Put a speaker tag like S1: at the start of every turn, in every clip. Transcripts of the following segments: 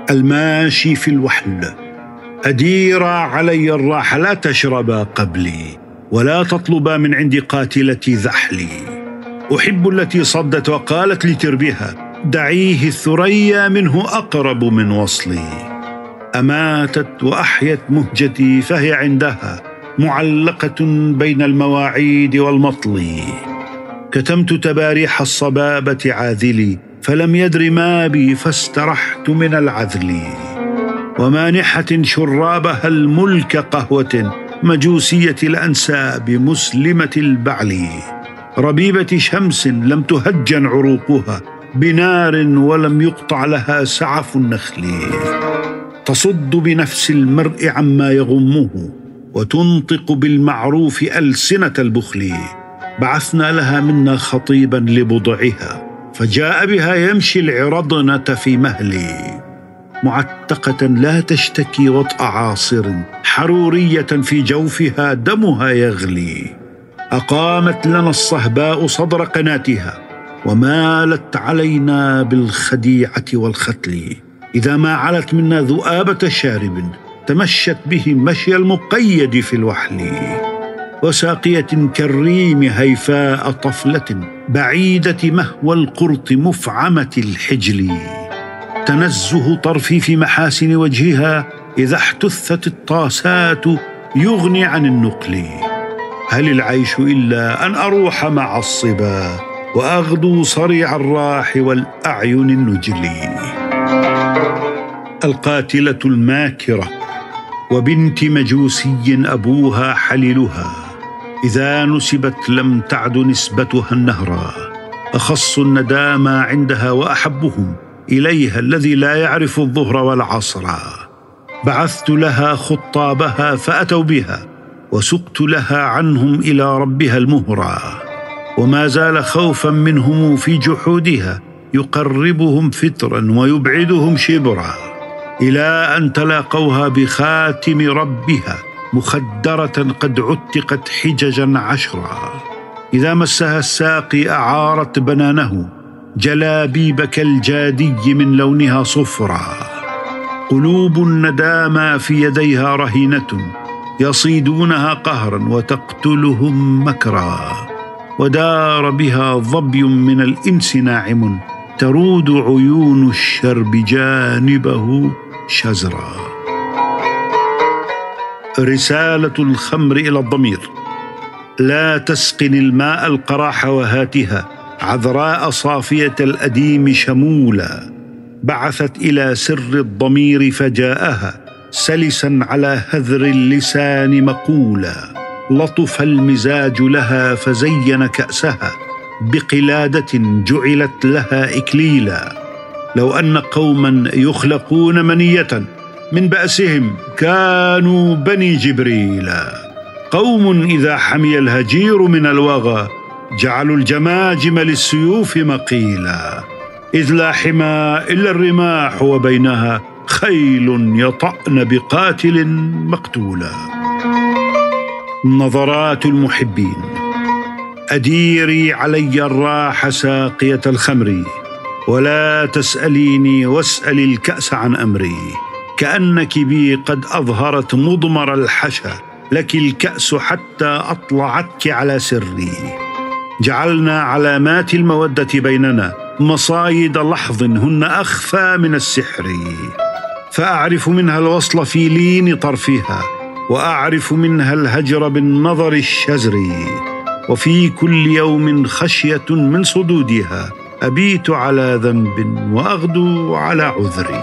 S1: الماشي في الوحل. أديرا علي الراحة لا تشربا قبلي، ولا تطلبا من عندي قاتلتي ذحلي. أحب التي صدت وقالت لتربها، دعيه الثريا منه أقرب من وصلي. أماتت وأحيت مهجتي فهي عندها معلقة بين المواعيد والمطل. كتمت تباريح الصبابة عاذلي، فلم يدر ما بي فاسترحت من العذل. ومانحة شرابها الملك قهوة، مجوسية الأنساب مسلمة البعل. ربيبة شمس لم تهجن عروقها بنار، ولم يقطع لها سعف النخل. تصد بنفس المرء عما يغمه، وتنطق بالمعروف ألسنة البخل. بعثنا لها منا خطيبا لبضعها، فجاء بها يمشي العرضنة في مهلي. معتقة لا تشتكي وطأ عاصر، حرورية في جوفها دمها يغلي. أقامت لنا الصهباء صدر قناتها، ومالت علينا بالخديعة والختل. إذا ما علت منا ذؤابة شارب، تمشت به مشي المقيد في الوحل. وساقية كالريم هيفاء طفلة، بعيدة مهوى القرط مفعمة الحجل. تنزه طرفي في محاسن وجهها، إذا احتثت الطاسات يغني عن النقل. هل العيش إلا أن أروح مع الصبا، وأغدو صريع الراح والأعين النجل. القاتلة الماكرة وبنت مجوسي أبوها حليلها، إذا نسبت لم تعد نسبتها النهرا. أخص الندامى عندها وأحبهم إليها الذي لا يعرف الظهر والعصر. بعثت لها خطابها فأتوا بها، وسقت لها عنهم إلى ربها المهرى. وما زال خوفا منهم في جحودها، يقربهم فترا ويبعدهم شبرا، إلى أن تلاقوها بخاتم ربها مخدرة قد عتقت حججا 10. إذا مسها الساقي أعارت بنانه، جلابيب كالجادي من لونها صفرا. قلوب الندامى في يديها رهينة، يصيدونها قهرا وتقتلهم مكرا. ودار بها ظبي من الإنس ناعم، ترود عيون الشرب جانبه شزرا. رسالة الخمر إلى الضمير: لا تسقن الماء القراح وهاتها، عذراء صافية الأديم شمولا. بعثت إلى سر الضمير فجاءها، سلسا على هذر اللسان مقولا. لطف المزاج لها فزين كأسها، بقلادة جعلت لها إكليلا. لو أن قوما يخلقون منية، من بأسهم كانوا بني جبريلا. قوم إذا حمي الهجير من الوغى، جعلوا الجماجم للسيوف مقيلا. إذ لا حمى إلا الرماح، وبينها خيل يطأن بقاتل مقتولا. نظرات المحبين: أديري علي الراح ساقية الخمر، ولا تسأليني واسألي الكأس عن أمري. كأنك بي قد أظهرت مضمر الحشا، لك الكأس حتى أطلعتك على سري. جعلنا علامات المودة بيننا، مصايد لحظ هن أخفى من السحر. فأعرف منها الوصل في لين طرفها، وأعرف منها الهجر بالنظر الشزر. وفي كل يوم خشية من صدودها، أبيت على ذنب وأغدو على عذري.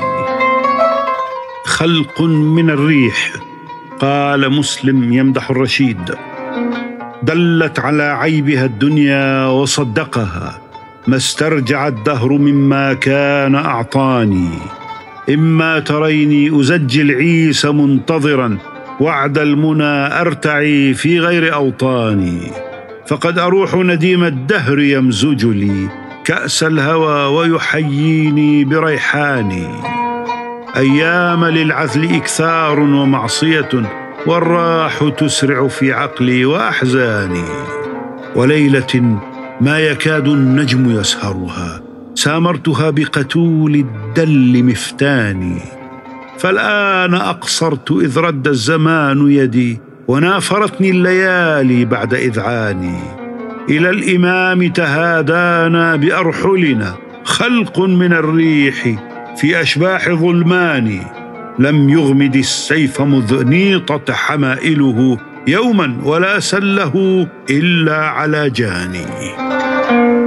S1: خلق من الريح، قال مسلم يمدح الرشيد، دلت على عيبها الدنيا وصدقها. ما استرجع الدهر مما كان أعطاني. إما تريني أزجل عيسى منتظرا، وعد المنى أرتعي في غير أوطاني. فقد أروح نديم الدهر يمزج لي كأس الهوى، ويحييني بريحاني. أيام للعذل إكثار ومعصية، والراح تسرع في عقلي وأحزاني. وليلة ما يكاد النجم يسهرها، سامرتها بقتول الدل مفتاني، فالآن أقصرت إذ رد الزمان يدي، ونافرتني الليالي بعد إذعاني. إلى الإمام تهادانا بأرحلنا خلق من الريح في أشباح ظلمان، لم يغمد السيف مذ نيطت حمائله يوما ولا سله إلا على جاني.